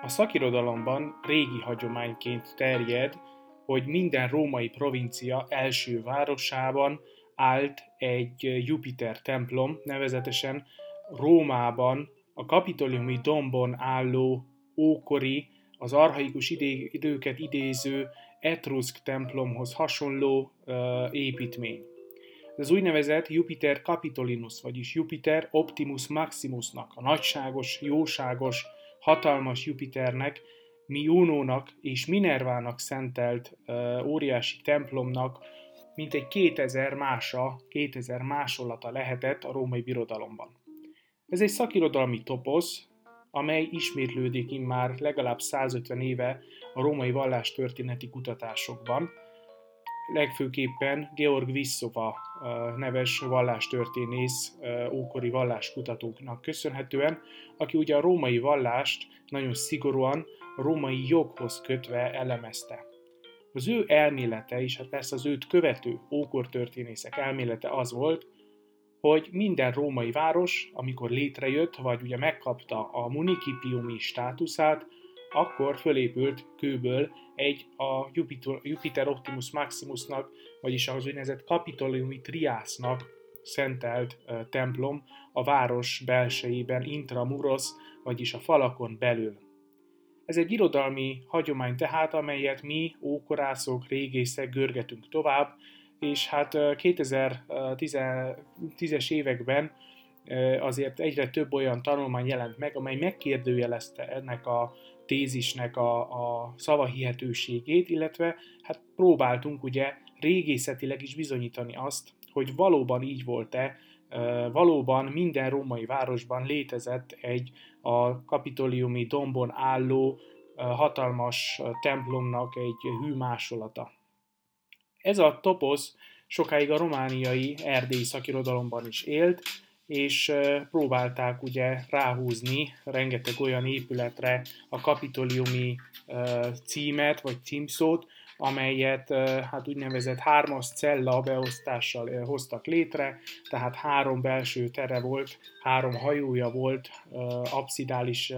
szakirodalomban régi hagyományként terjed, hogy minden római provincia első városában állt egy Jupiter templom, nevezetesen Rómában a Kapitoliumi dombon álló ókori, az archaikus időket idéző etruszk templomhoz hasonló építmény. Az úgynevezett Jupiter Capitolinus, vagyis Jupiter Optimus Maximusnak, a nagyságos, jóságos, hatalmas Jupiternek, Juno-nak és Minervának szentelt óriási templomnak mintegy 2000 másolata lehetett a római birodalomban. Ez egy szakirodalmi toposz, amely ismétlődik immár legalább 150 éve a római vallástörténeti kutatásokban, legfőképpen Georg Visszova neves vallástörténész, ókori valláskutatóknak köszönhetően, aki ugye a római vallást nagyon szigorúan a római joghoz kötve elemezte. Az ő elmélete, és hát persze az őt követő ókortörténészek elmélete az volt, hogy minden római város, amikor létrejött, vagy ugye megkapta a municipiumi státuszát, akkor fölépült kőből egy a Jupiter Optimus Maximusnak, vagyis az úgynevezett Kapitoliumi Triásznak szentelt templom a város belsejében, intramuros, vagyis a falakon belül. Ez egy irodalmi hagyomány tehát, amelyet mi, ókorászok, régészek görgetünk tovább, és hát 2010-es években azért egyre több olyan tanulmány jelent meg, amely megkérdőjelezte ennek a tézisnek a szavahihetőségét, illetve hát próbáltunk ugye régészetileg is bizonyítani azt, hogy valóban így volt-e, valóban minden római városban létezett egy a Kapitoliumi dombon álló hatalmas templomnak egy hűmásolata. Ez a toposz sokáig a romániai erdélyi szakirodalomban is élt, és próbálták ugye ráhúzni rengeteg olyan épületre a kapitoliumi címet, vagy címszót, amelyet hát úgynevezett hármas cella beosztással hoztak létre, tehát 3 belső tere volt, 3 hajója volt, abszidális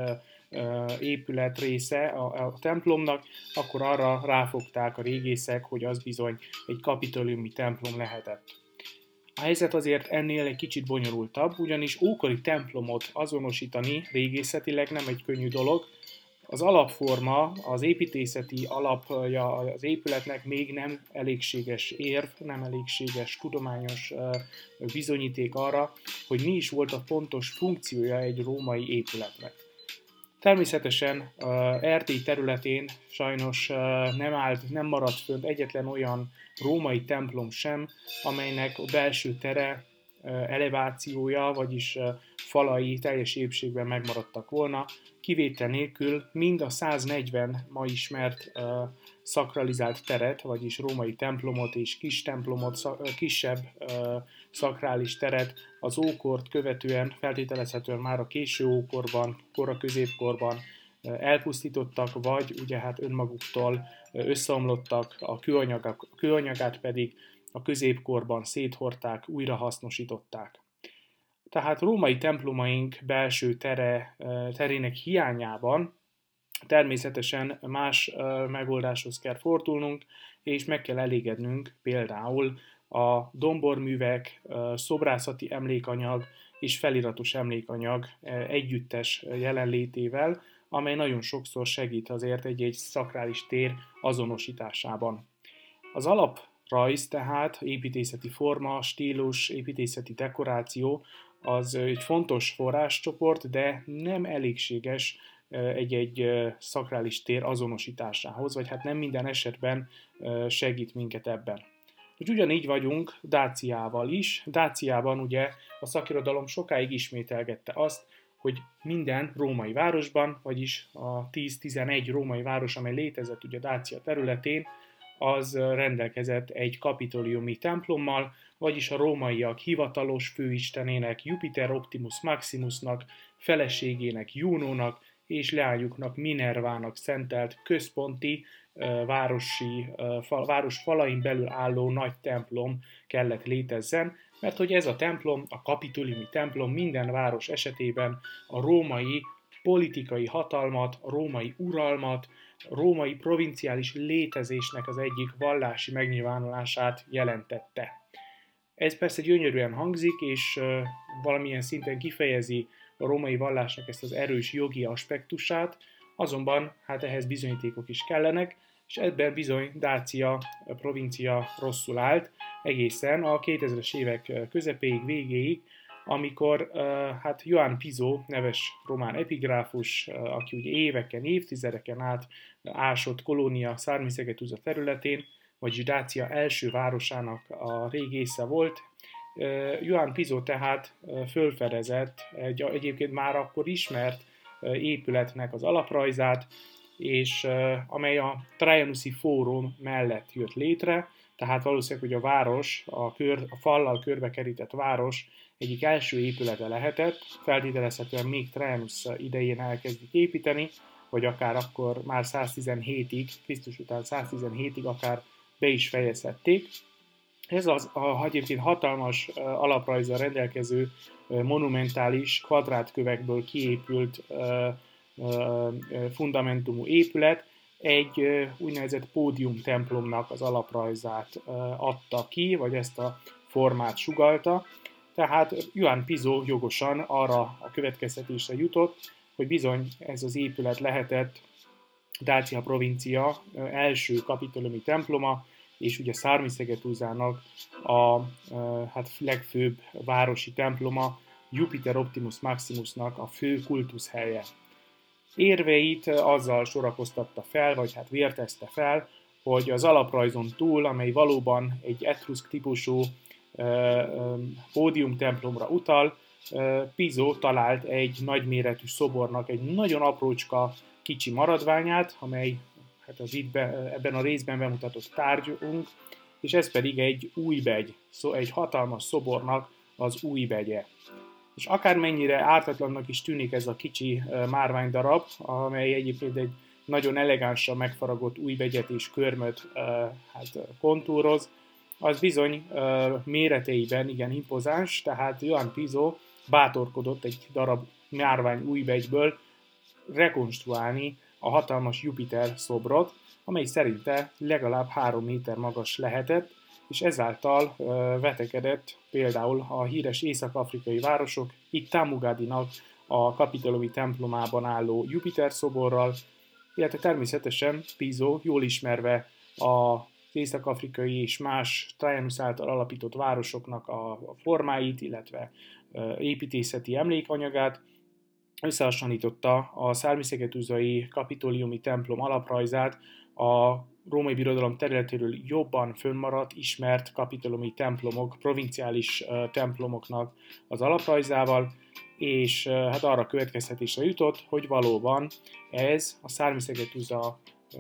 épület része a templomnak, akkor arra ráfogták a régészek, hogy az bizony egy kapitoliumi templom lehetett. A helyzet azért ennél egy kicsit bonyolultabb, ugyanis ókori templomot azonosítani régészetileg nem egy könnyű dolog. Az alapforma, az építészeti alapja az épületnek még nem elégséges érv, nem elégséges tudományos bizonyíték arra, hogy mi is volt a pontos funkciója egy római épületnek. Természetesen Erdély területén sajnos nem maradt fönt egyetlen olyan római templom sem, amelynek a belső tere, elevációja, vagyis falai teljes épségben megmaradtak volna. Kivétel nélkül mind a 140 ma ismert szakralizált teret, vagyis római templomot és kis templomot, kisebb szakrális teret az ókort követően, feltételezhetően már a késő ókorban, kora középkorban elpusztítottak, vagy ugye hát önmaguktól összeomlottak, a kőanyagát pedig a középkorban széthordták, újrahasznosították. Tehát római templomaink belső terének hiányában természetesen más megoldáshoz kell fordulnunk, és meg kell elégednünk például a domborművek, szobrászati emlékanyag és feliratos emlékanyag együttes jelenlétével, amely nagyon sokszor segít azért egy szakrális tér azonosításában. Az alaprajz tehát, építészeti forma, stílus, építészeti dekoráció, az egy fontos forráscsoport, de nem elégséges egy szakrális tér azonosításához, vagy hát nem minden esetben segít minket ebben. Ugyanígy vagyunk Dáciával is. Dáciában ugye a szakirodalom sokáig ismételgette azt, hogy minden római városban, vagyis a 10-11 római város, amely létezett ugye Dácia területén, az rendelkezett egy kapitoliumi templommal, vagyis a rómaiak hivatalos főistenének, Jupiter Optimus Maximusnak, feleségének, Juno-nak és leányuknak, Minervának szentelt központi város falain belül álló nagy templom kellett létezzen, mert hogy ez a templom, a kapitoliumi templom minden város esetében a római politikai hatalmat, a római uralmat, a római provinciális létezésnek az egyik vallási megnyilvánulását jelentette. Ez persze gyönyörűen hangzik, és valamilyen szinten kifejezi a római vallásnak ezt az erős jogi aspektusát, azonban hát ehhez bizonyítékok is kellenek, és ebben bizony Dácia provincia rosszul állt egészen a 2000-es évek közepéig, végéig, amikor hát Ioan Piso, neves román epigráfus, aki ugye éveken, évtizedeken át ásott kolónia Szármely-Szegetuza területén, vagyis Dácia első városának a régésze volt. Ioan Piso tehát fölfedezett egy egyébként már akkor ismert épületnek az alaprajzát, és amely a Traianusi Fórum mellett jött létre, tehát valószínűleg, hogy a város, a fallal körbekerített város egyik első épülete lehetett, feltételezhetően még Traianus idején elkezdik építeni, vagy akár akkor már 117-ig, Krisztus után 117-ig akár be is fejezhették. Ez az egyébként hatalmas alaprajzzal rendelkező monumentális kvadrátkövekből kiépült fundamentumú épület egy úgynevezett pódium templomnak az alaprajzát adta ki, vagy ezt a formát sugallta. Tehát Ioan Piso jogosan arra a következtetésre jutott, hogy bizony ez az épület lehetett Dácia provincia első kapitolumi temploma, és ugye Szármely-Szegetuzának a hát legfőbb városi temploma, Jupiter Optimus Maximusnak a fő kultuszhelye. Érveit azzal sorakoztatta fel, vagy hát vértezte fel, hogy az alaprajzon túl, amely valóban egy etruszk típusú pódium templomra utal, Piso talált egy nagyméretű szobornak egy nagyon aprócska kicsi maradványát, amely hát az itt ebben a részben bemutatott tárgyunk, és ez pedig egy újbegy, egy hatalmas szobornak az újbegye. És akármennyire ártatlannak is tűnik ez a kicsi márványdarab, amely egyébként egy nagyon elegánsan megfaragott újbegyet és körmöt hát kontúroz, az bizony méreteiben igen impozáns, tehát Ioan Piso bátorkodott egy darab márvány újbegyből rekonstruálni a hatalmas Jupiter szobrot, amely szerinte legalább 3 méter magas lehetett, és ezáltal vetekedett például a híres észak-afrikai városok, itt Tamugadinak a kapitolumi templomában álló Jupiter szoborral, illetve természetesen Piso jól ismerve az észak-afrikai és más Traianus által alapított városoknak a formáit, illetve építészeti emlékanyagát, összehasonlította a Szármely-Szegetuzai kapitoliumi templom alaprajzát a római birodalom területéről jobban fönnmaradt, ismert kapitolumi templomok, provinciális templomoknak az alaprajzával, és hát arra következtetésre jutott, hogy valóban ez a Szármely-Szegetuza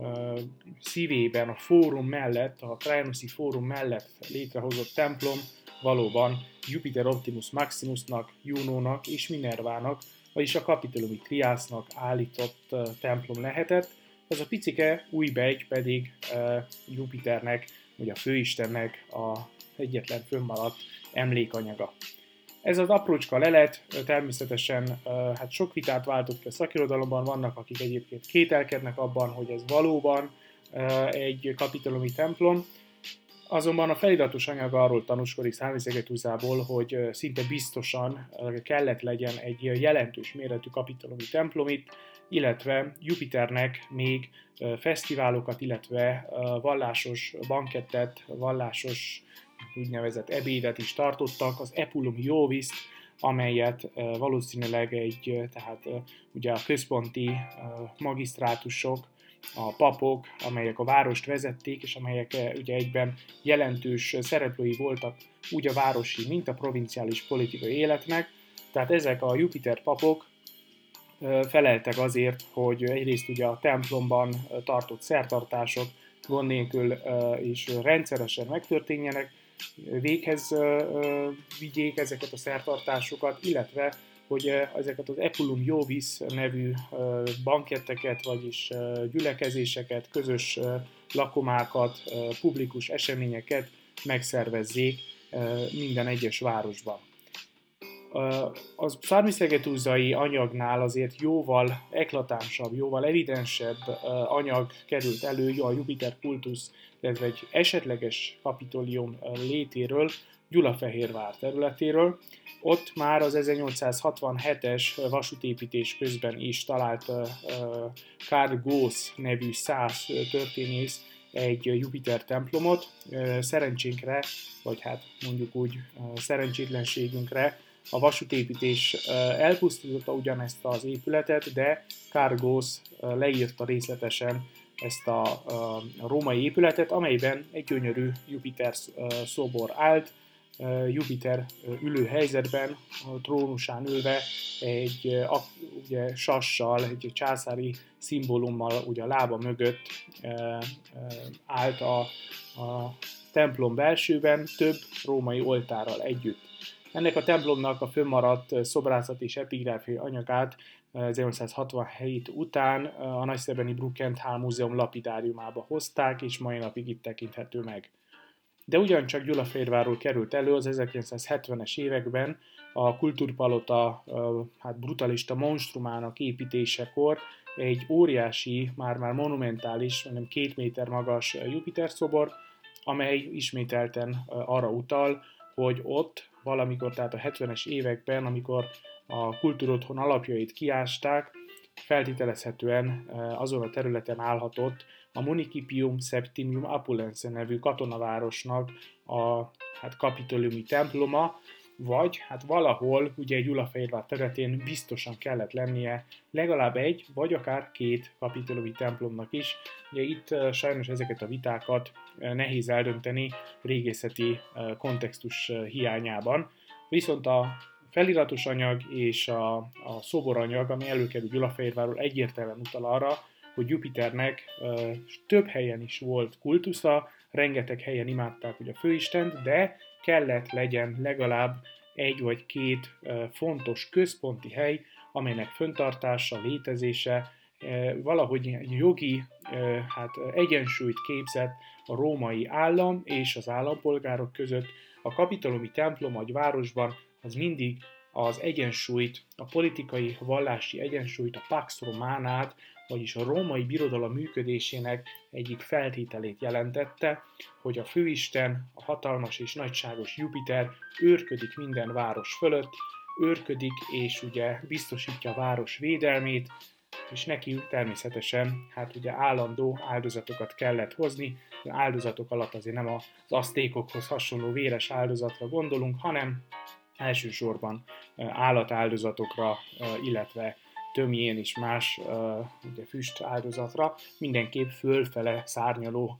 szívében, a fórum mellett, a Traianusi fórum mellett létrehozott templom valóban Jupiter Optimus Maximusnak, Juno-nak és Minervának, vagyis a kapitolumi triásznak állított templom lehetett. Ez a picike újbegy pedig Jupiternek, vagy a főistennek a egyetlen fönnmaradt emlékanyaga. Ez az aprócska lelet természetesen hát sok vitát váltott ki a szakirodalomban, vannak akik egyébként kételkednek abban, hogy ez valóban egy kapitolumi templom, azonban a feliratos anyag arról tanúskodik Szármely-Szegetuzából, hogy szinte biztosan kellett legyen egy jelentős méretű kapitolumi templom itt, illetve Jupiternek még fesztiválokat, illetve vallásos bankettet, vallásos úgynevezett ebédet is tartottak, az Epulum Iovis, amelyet valószínűleg tehát ugye a központi magisztrátusok, a papok, amelyek a várost vezették, és amelyek ugye egyben jelentős szereplői voltak úgy a városi, mint a provinciális politikai életnek. Tehát ezek a Jupiter papok feleltek azért, hogy egyrészt ugye a templomban tartott szertartások gond nélkül és rendszeresen megtörténjenek, véghez vigyék ezeket a szertartásokat, illetve hogy ezeket az Epulum Iovis nevű banketteket, vagyis gyülekezéseket, közös lakomákat, publikus eseményeket megszervezzék minden egyes városban. A szármisztrózai anyagnál azért jóval eklatánsabb, jóval evidensebb anyag került elő a Jupiter kultusz, illetve egy esetleges kapitolium létéről, Gyulafehérvár területéről. Ott már az 1867-es vasútépítés közben is talált Karl Goss nevű szász történész egy Jupiter templomot. Szerencsénkre, vagy hát mondjuk úgy szerencsétlenségünkre, a vasútépítés elpusztította ugyanezt az épületet, de Karl Goss leírta részletesen ezt a római épületet, amelyben egy gyönyörű Jupiter szobor állt, Jupiter ülő helyzetben, a trónusán ülve egy ugye, sassal, egy császári szimbólummal ugye a lába mögött állt a templom belsőben több római oltárral együtt. Ennek a templomnak a fönnmaradt szobrászat és epigráfiai anyagát 1867 után a nagyszebeni Brukenthal Múzeum lapidáriumába hozták, és mai napig itt tekinthető meg. De ugyancsak Gyulafehérvárról került elő az 1970-es években a Kultúrpalota brutalista monstrumának építésekor egy óriási, már monumentális, nem 2 méter magas Jupiter szobor, amely ismételten arra utal, hogy ott valamikor, tehát a 70-es években, amikor a kultúrotthon alapjait kiásták, feltételezhetően azon a területen állhatott a Municipium Septimium Apulense nevű katonavárosnak a kapitoliumi temploma, vagy valahol ugye Gyulafehérvár területén biztosan kellett lennie legalább egy, vagy akár 2 kapitoliumi templomnak is. Ugye itt sajnos ezeket a vitákat nehéz eldönteni régészeti kontextus hiányában. Viszont a feliratos anyag és a szoboranyag, ami előkerül Gyulafehérvárról, egyértelműen utal arra, hogy Jupiternek több helyen is volt kultusza, rengeteg helyen imádták ugye a főistent, de kellett legyen legalább 1 vagy 2 fontos központi hely, amelynek fenntartása, létezése valahogy egy jogi egyensúlyt képzett a római állam és az állampolgárok között. A kapitoliumi templom egy városban az mindig az egyensúlyt, a politikai, vallási egyensúlyt, a Pax Romanát, vagyis a római birodalom működésének egyik feltételét jelentette, hogy a főisten, a hatalmas és nagyságos Jupiter őrködik minden város fölött, őrködik és ugye biztosítja a város védelmét, és neki természetesen ugye állandó áldozatokat kellett hozni. Az áldozatok alatt azért nem az aztékokhoz hasonló véres áldozatra gondolunk, hanem elsősorban állatáldozatokra, illetve tömjén és más ugye füst áldozatra, mindenképp fölfele szárnyaló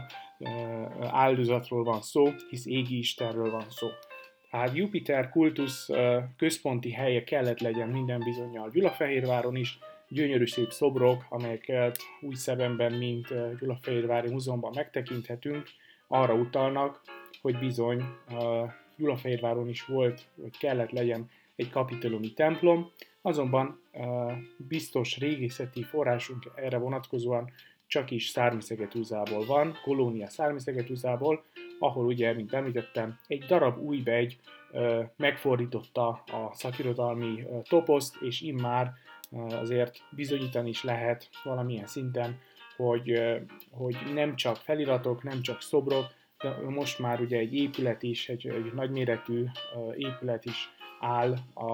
áldozatról van szó, hisz égi istenről van szó. Tehát Jupiter kultusz központi helye kellett legyen minden bizonnyal Gyulafehérváron is, gyönyörű szép szobrok, amelyeket úgy Szebenben, mint Gyulafehérvári Múzeumban megtekinthetünk, arra utalnak, hogy bizony Gyulafehérváron is volt, vagy kellett legyen egy kapitoliumi templom, azonban biztos régészeti forrásunk erre vonatkozóan csak is Szármi-Szegetúzából van, Kolónia Szármi-Szegetúzából, ahol ugye, mint említettem, egy darab újbegy megfordította a szakirodalmi toposzt, és immár azért bizonyítani is lehet valamilyen szinten, hogy nem csak feliratok, nem csak szobrok, de most már ugye egy épület is, egy nagyméretű épület is áll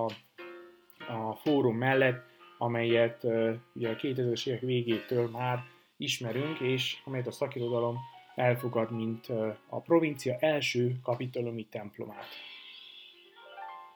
a fórum mellett, amelyet ugye a 2000-es évek végétől már ismerünk, és amelyet a szakirodalom elfogad, mint a provincia első kapitoliumi templomát.